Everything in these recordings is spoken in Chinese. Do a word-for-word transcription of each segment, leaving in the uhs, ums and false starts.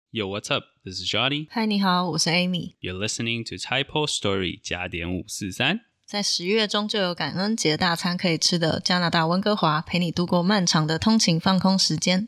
Yo, what's up? This is Johnny. 嗨，你好，我是 Amy. You're listening to Typo Story 加点五四三。 在十月中就有感恩节大餐可以吃的加拿大温哥华，陪你度过漫长的通勤放空时间。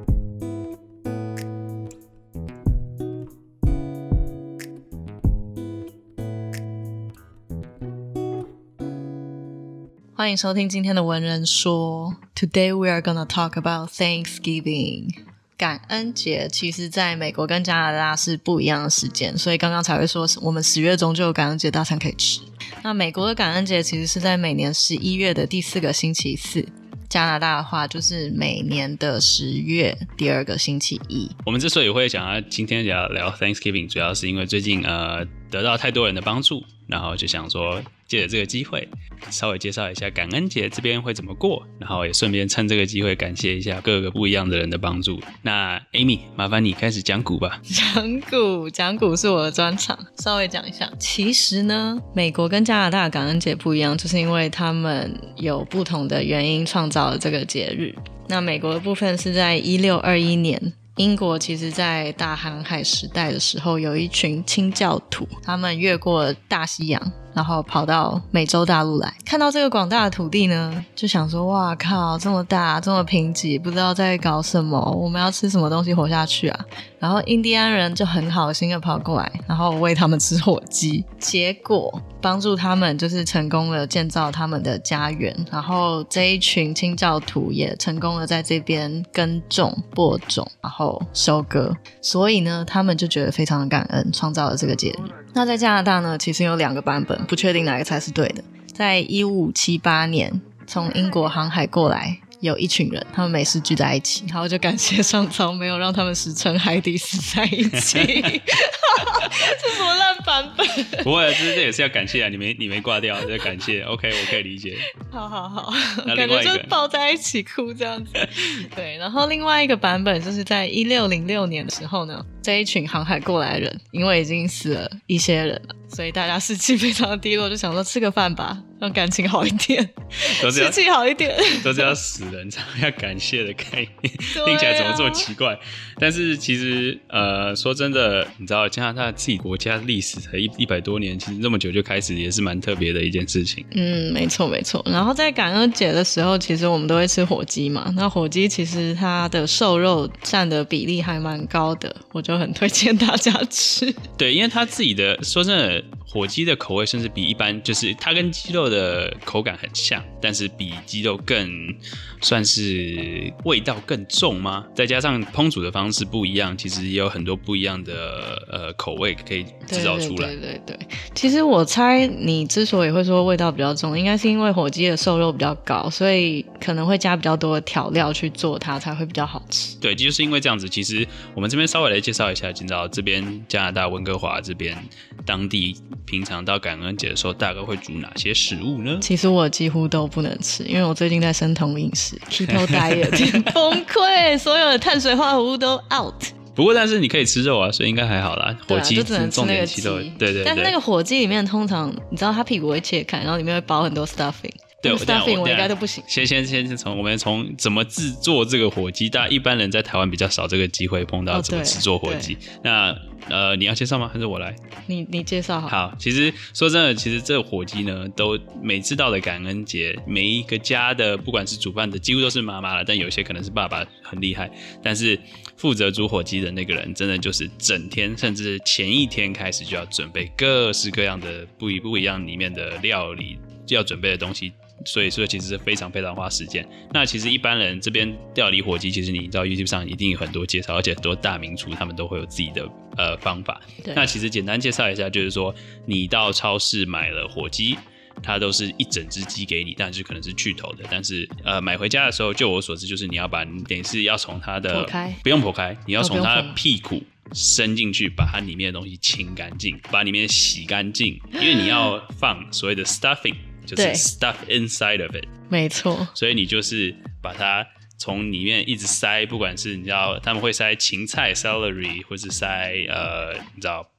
欢迎收听今天的文人说。Today we are gonna talk about Thanksgiving. 感恩节其实在美国跟加拿大是不一样的时间，所以刚刚才会说我们十月中就有感恩节大餐可以吃。那美国的感恩节其实是在每年十一月的第四个星期四，加拿大的话就是每年的十月第二个星期一。 我们之所以会想要今天聊聊 Thanksgiving， 主要是因为最近呃得到太多人的帮助，然后就想说借着这个机会稍微介绍一下感恩节这边会怎么过，然后也顺便趁这个机会感谢一下各个不一样的人的帮助。那 Amy 麻烦你开始讲古吧。 讲古讲古是我的专长，稍微讲一下。其实呢美国跟加拿大的感恩节不一样，就是因为他们有不同的原因创造了这个节日。那美国的部分是在一六二一年，英国其实在大航海时代的时候有一群清教徒，他们越过大西洋然后跑到美洲大陆来，看到这个广大的土地呢，就想说哇靠，这么大这么贫瘠，不知道在搞什么，我们要吃什么东西活下去啊。然后印第安人就很好心的跑过来，然后喂他们吃火鸡，结果帮助他们就是成功的建造他们的家园，然后这一群清教徒也成功的在这边耕种播种然后收割，所以呢他们就觉得非常的感恩，创造了这个节日。那在加拿大呢其实有两个版本，不确定哪个才是对的。在一五七八年从英国航海过来有一群人，他们没事聚在一起，然后就感谢上苍没有让他们石沉海底死在一起。这什么烂版本？ 不会，这也是要感谢啊，你没你没挂掉，这感谢 OK 我可以理解。 好好好， 感觉就是抱在一起哭这样子。对，然后另外一个版本就是在一六零六年的时候呢，这一群航海过来的人因为已经死了一些人了，所以大家士气非常的低落，就想说吃个饭吧，让感情好一点，士气好一点， 都是要死人才要感谢的概念。听起来怎么这么奇怪？但是其实呃，说真的，你知道加拿大自己国家历史才一百多年，其实这么久就开始也是蛮特别的一件事情。嗯， 没错没错。然后在感恩节的时候，其实我们都会吃火鸡嘛。那火鸡其实它的瘦肉占的比例还蛮高的，我就很推荐大家吃。 对，因为它自己的说真的，火鸡的口味甚至比一般，就是它跟鸡肉的口感很像，但是比鸡肉更算是味道更重吗？再加上烹煮的方式不一样，其实也有很多不一样的呃口味可以制造出来。 对对对对对，其实我猜你之所以会说味道比较重，应该是因为火鸡的瘦肉比较高，所以可能会加比较多的调料去做它，才会比较好吃。 对，就是因为这样子。其实我们这边稍微来介绍一下，你知道这边加拿大温哥华这边当地平常到感恩节的时候大概会煮哪些食物呢？ 其实我几乎都不能吃，因为我最近在生酮饮食 Keto Diet 崩溃，所有的碳水化合物都 out。 不过但是你可以吃肉啊，所以应该还好啦。火鸡、 啊、就只能吃那个鸡， 对对 对。 但是那个火鸡里面通常你知道它屁股会切开，然后里面会包很多 stuffing。 对， 我 stuffing 我应该都不行。 先先先从我们从怎么制作这个火鸡，大家一般人在台湾比较少这个机会碰到怎么制作火鸡。哦、那呃，你要介绍吗？还是我来？ 你你介绍好。 好，其实说真的，其实这个火鸡呢，都每次到了感恩节，每一个家的不管是煮饭的，几乎都是妈妈了，但有些可能是爸爸很厉害，但是负责煮火鸡的那个人，真的就是整天甚至前一天开始就要准备各式各样的不一不一样里面的料理，要准备的东西。所以说其实是非常非常花时间。那其实一般人这边料理火鸡，其实你知道 YouTube 上一定有很多介绍，而且很多大名厨他们都会有自己的呃方法。那其实简单介绍一下，就是说你到超市买了火鸡，它都是一整只鸡给你，但是可能是去头的。但是呃买回家的时候，就我所知，就是你要把你等于是要从它的剖开， 不用剖开，你要从它的屁股伸进去，把它里面的东西清干净，把里面洗干净，因为你要放所谓的 stuffing。就是 stuff inside of it， 没错， 所以你就是把它从里面一直塞，不管是你知道他们会塞芹菜 celery， 或是塞呃你知道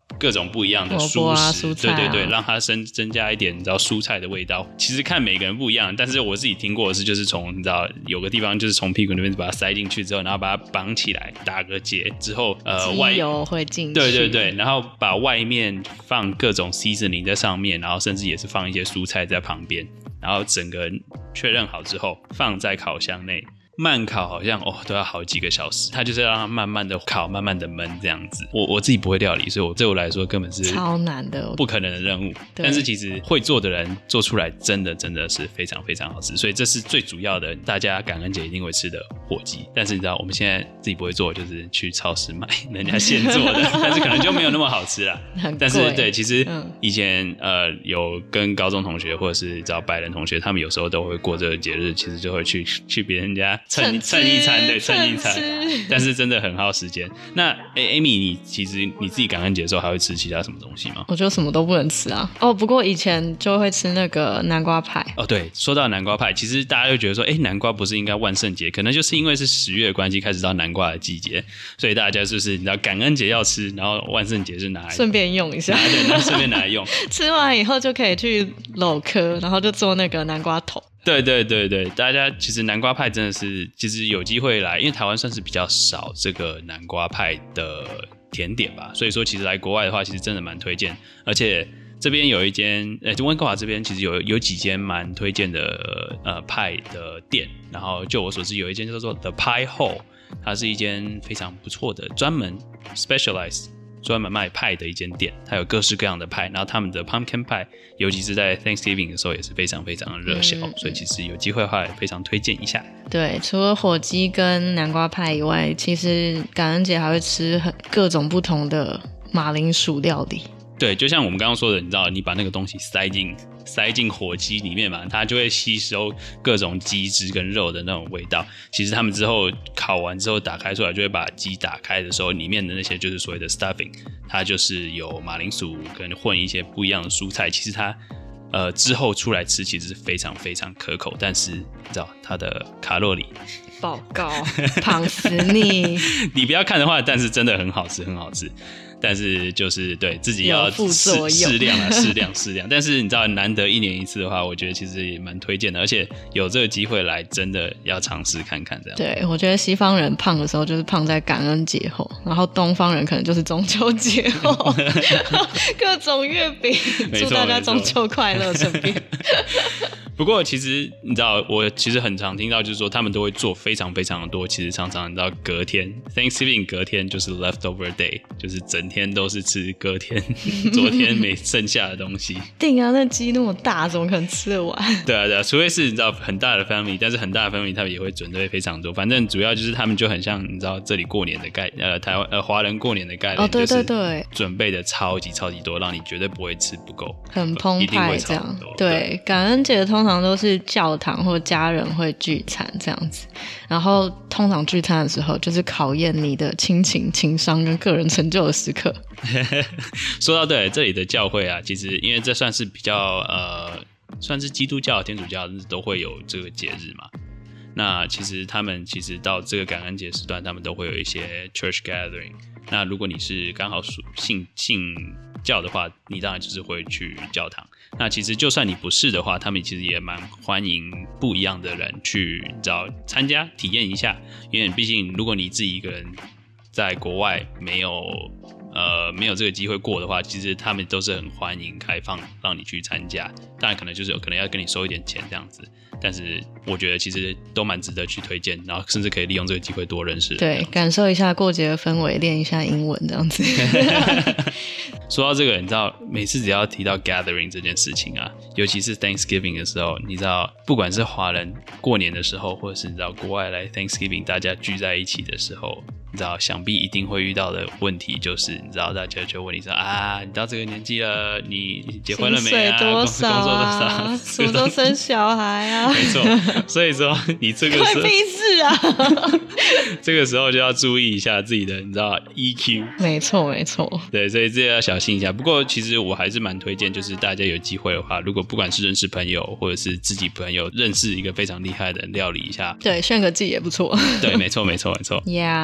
各种不一样的蔬食， 啊、蔬菜、啊、 对对对，让它增增加一点你知道蔬菜的味道。其实看每个人不一样，但是我自己听过的是，就是从你知道有个地方就是从屁股那边把它塞进去之后，然后把它绑起来，打个结之后，呃， 外机油会进去， 对对对，然后把外面放各种 seasoning 在上面，然后甚至也是放一些蔬菜在旁边，然后整个确认好之后放在烤箱内。慢烤好像哦都要好几个小时，它就是要让它慢慢的烤，慢慢的焖这样子。我我自己不会料理，所以我对我来说根本是超难的， 不可能的任务。但是其实会做的人做出来真的真的是非常非常好吃，所以这是最主要的，大家感恩节一定会吃的火鸡。但是你知道我们现在自己不会做，就是去超市买人家现做的，但是可能就没有那么好吃啦。但是对，其实以前、嗯、呃有跟高中同学或者是找白人同学，他们有时候都会过这个节日，其实就会去去别人家。蹭蹭一餐，对，蹭一餐，但是真的很耗时间。那诶 ，Amy， 你其实你自己感恩节的时候还会吃其他什么东西吗？ 我就什么都不能吃啊。哦，不过以前就会吃那个南瓜派。 哦，对，说到南瓜派，其实大家就觉得说，哎，南瓜不是应该万圣节？可能就是因为是十月的关系，开始到南瓜的季节，所以大家就是你知道感恩节要吃，然后万圣节是拿来顺便用一下， 对，那顺便拿来用。 吃完以后就可以去搂颗，然后就做那个南瓜头。 对对对对，大家其实南瓜派真的是，其实有机会来，因为台湾算是比较少这个南瓜派的甜点吧，所以说其实来国外的话，其实真的蛮推荐，而且这边有一间，呃，温哥华这边其实有有几间蛮推荐的呃派的店，然后就我所知有一间叫做 The Pie Hole， 它是一间非常不错的，专门 specialize。专门卖派的一间店，它有各式各样的派，然后他们的 pumpkin pie， 尤其是在 Thanksgiving 的时候也是非常非常的热销、嗯，所以其实有机会的话也非常推荐一下。 对，除了火鸡跟南瓜派以外，其实感恩节还会吃很各种不同的马铃薯料理。 对，就像我们刚刚说的，你知道，你把那个东西塞进塞进火鸡里面嘛，它就会吸收各种鸡汁跟肉的那种味道。其实他们之后烤完之后打开出来，就会把鸡打开的时候，里面的那些就是所谓的 stuffing， 它就是有马铃薯跟混一些不一样的蔬菜。其实它呃之后出来吃，其实是非常非常可口，但是你知道它的卡路里。 报告，胖死你！ 你不要看的话，但是真的很好吃，很好吃。但是就是对自己要适适量啊，适量适量。但是你知道，难得一年一次的话，我觉得其实也蛮推荐的，而且有这个机会来，真的要尝试看看这样。 对，我觉得西方人胖的时候就是胖在感恩节后，然后东方人可能就是中秋节后，各种月饼，祝大家中秋快乐，顺便。 不过其实你知道，我其实很常听到就是说他们都会做非常非常的多，其实常常你知道隔天 Thanksgiving 隔天就是 leftover day， 就是整天都是吃隔天昨天没剩下的东西。 定啊，那鸡那么大怎么可能吃得完？ 对啊对啊，除非是你知道很大的 family， 但是很大的 family 他们也会准备非常多，反正主要就是他们就很像你知道这里过年的概呃台湾呃华人过年的概念， 哦对对对， 准备的超级超级多，让你绝对不会吃不够， 很澎湃这样。对，对感恩节通常都是教堂或家人会聚餐这样子，然后通常聚餐的时候就是考验你的亲情、情商跟个人成就的时刻。 说到对，这里的教会啊，其实因为这算是比较呃，算是基督教、天主教都会有这个节日嘛。那其实他们其实到这个感恩节时段，他们都会有一些 church gathering。那如果你是刚好属信信教的话，你当然就是会去教堂。那其实就算你不是的话，他们其实也蛮欢迎不一样的人去你知道参加体验一下，因为毕竟如果你自己一个人在国外没有呃没有这个机会过的话，其实他们都是很欢迎开放让你去参加，当然可能就是有可能要跟你收一点钱这样子，但是我觉得其实都蛮值得去推荐，然后甚至可以利用这个机会多认识人， 对，感受一下过节的氛围，练一下英文这样子。 说到这个，你知道每次只要提到 gathering 这件事情啊，尤其是 Thanksgiving 的时候，你知道不管是华人过年的时候，或者是你知道国外来 Thanksgiving 大家聚在一起的时候，你知道想必一定会遇到的问题就是你知道大家就问你说啊，你到这个年纪了，你结婚了没啊？ 薪水多少啊？工作多少？什么时候生小孩啊？ 没错，所以说你这个时候关屁事啊！ 这个时候就要注意一下自己的你知道 E Q。 没错没错， 对，所以这要小心一下。不过其实我还是蛮推荐，就是大家有机会的话，如果不管是认识朋友或者是自己朋友认识一个非常厉害的人料理一下， 对，炫个技也不错。 对，没错没错没错。 Yeah， 然后除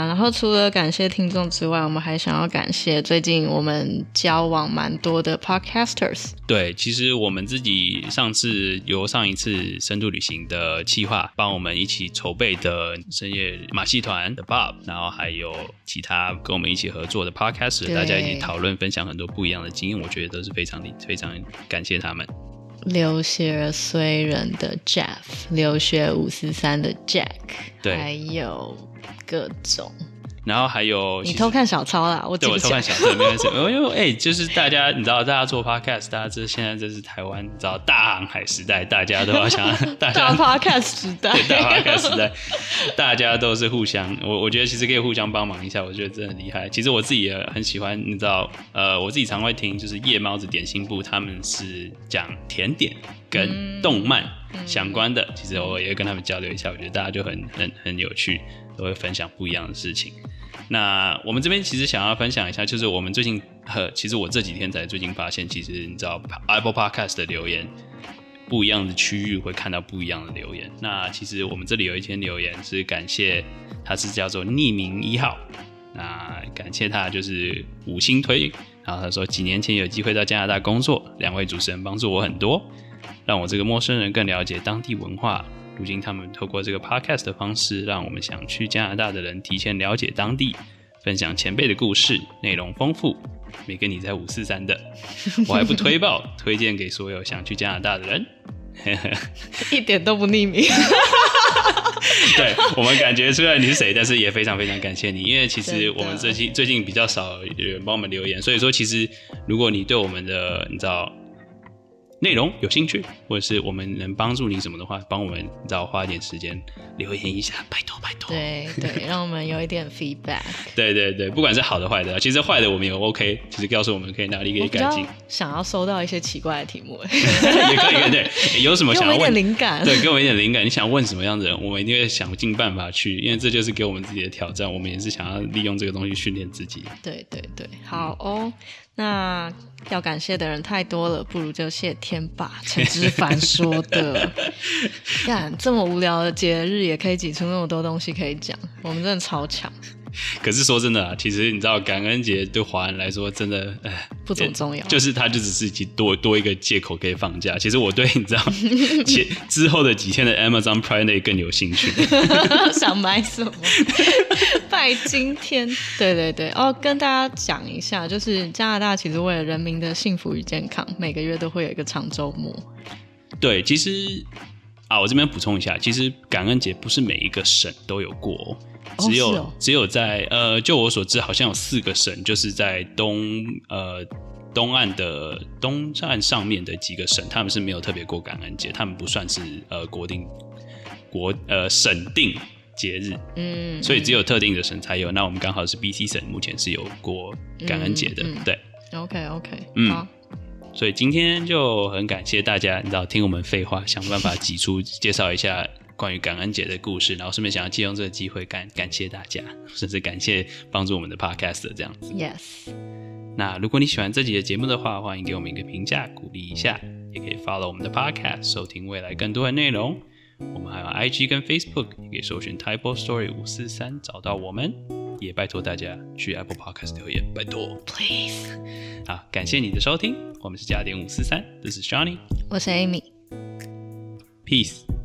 除了感谢听众之外，我们还想要感谢最近我们交往蛮多的 podcasters。 对，其实我们自己上次由上一次深度旅行的企划帮我们一起筹备的深夜马戏团的 Bob， 然后还有其他跟我们一起合作的 podcaster， 大家一起讨论分享很多不一样的经验，我觉得都是非常非常感谢他们。 留学虽人的 Jeff， 留学五四三的 Jack， 对， 还有各种。 然后还有你偷看小抄啦，我记不起来。 对，我偷看小抄没关系。因为哎、欸，就是大家你知道，大家做 podcast， 大家这现在这是台湾，你知道大航海时代，大家都要想大家大 podcast 时代， 对，大 podcast 时代，大家都是互相，我我觉得其实可以互相帮忙一下，我觉得真的很厉害。其实我自己也很喜欢，你知道，呃，我自己常会听，就是夜猫子点心部，他们是讲甜点跟动漫相关的，嗯、其实我也会跟他们交流一下，我觉得大家就很很很有趣，都会分享不一样的事情。那我们这边其实想要分享一下，就是我们最近，呃，其实我这几天才最近发现，其实你知道 Apple Podcast 的留言，不一样的区域会看到不一样的留言。那其实我们这里有一篇留言是感谢，他是叫做匿名一号，那感谢他就是五星推，然后他说几年前有机会到加拿大工作，两位主持人帮助我很多，让我这个陌生人更了解当地文化。如今他们透过这个 podcast 的方式，让我们想去加拿大的人提前了解当地，分享前辈的故事，内容丰富。没跟你在五四三的，我还不推爆，推荐给所有想去加拿大的人。 一点都不匿名。 对，我们感觉出来你是谁，但是也非常非常感谢你，因为其实我们最近最近比较少有人帮我们留言，所以说其实如果你对我们的你知道内容有兴趣，或者是我们能帮助你什么的话，帮我们你知道花一点时间留言一下，拜托拜托。 对对，让我们有一点 feedback。 对对对，不管是好的坏的，其实坏的我们也 OK， 其实告诉我们可以哪里可以改进。 想要收到一些奇怪的题目， 也可以对，有什么想要问， 给我一点灵感， 对，给我一点灵感，你想问什么样的人，我们一定会想尽办法去，因为这就是给我们自己的挑战，我们也是想要利用这个东西训练自己。 对对对，好哦。那要感谢的人太多了，不如就谢天吧。陈之凡说的，干这么无聊的节日也可以挤出那么多东西可以讲，我们真的超强。 可是说真的啊，其实你知道感恩节对华人来说真的不怎么重要， 就是它就只是多多一个借口可以放假。其实我对你知道之后的几天的 Amazon Prime Day 更有兴趣。 想买什么？拜今天。对对对，哦，跟大家讲一下，就是加拿大其实为了人民的幸福与健康，每个月都会有一个长周末。 对，其实啊，我这边补充一下，其实感恩节不是每一个省都有过哦。只有、哦哦、只有在呃，就我所知，好像有四个省，就是在东呃东岸的东岸上面的几个省，他们是没有特别过感恩节，他们不算是呃国定国呃省定节日，嗯，所以只有特定的省才有。那我们刚好是 B C 省，目前是有过感恩节的，嗯嗯、对。 OK OK， 嗯， 好。 所以今天就很感谢大家，你知道听我们废话，想办法挤出介绍一下关于感恩节的故事，然后顺便想要借用这个机会感感谢大家，甚至感谢帮助我们的 podcast 这样子。 Yes。 那如果你喜欢这集的节目的话，欢迎给我们一个评价，鼓励一下，也可以 follow 我们的 podcast， 收听未来更多的内容。我们还有 I G 跟 Facebook， 也可以搜寻 Typo Story 五四三找到我们。也拜托大家去 Apple Podcast 留言，拜托 ，please。 好，感谢你的收听，我们是加点五四三，这是 Johnny， 我是 Amy， Peace。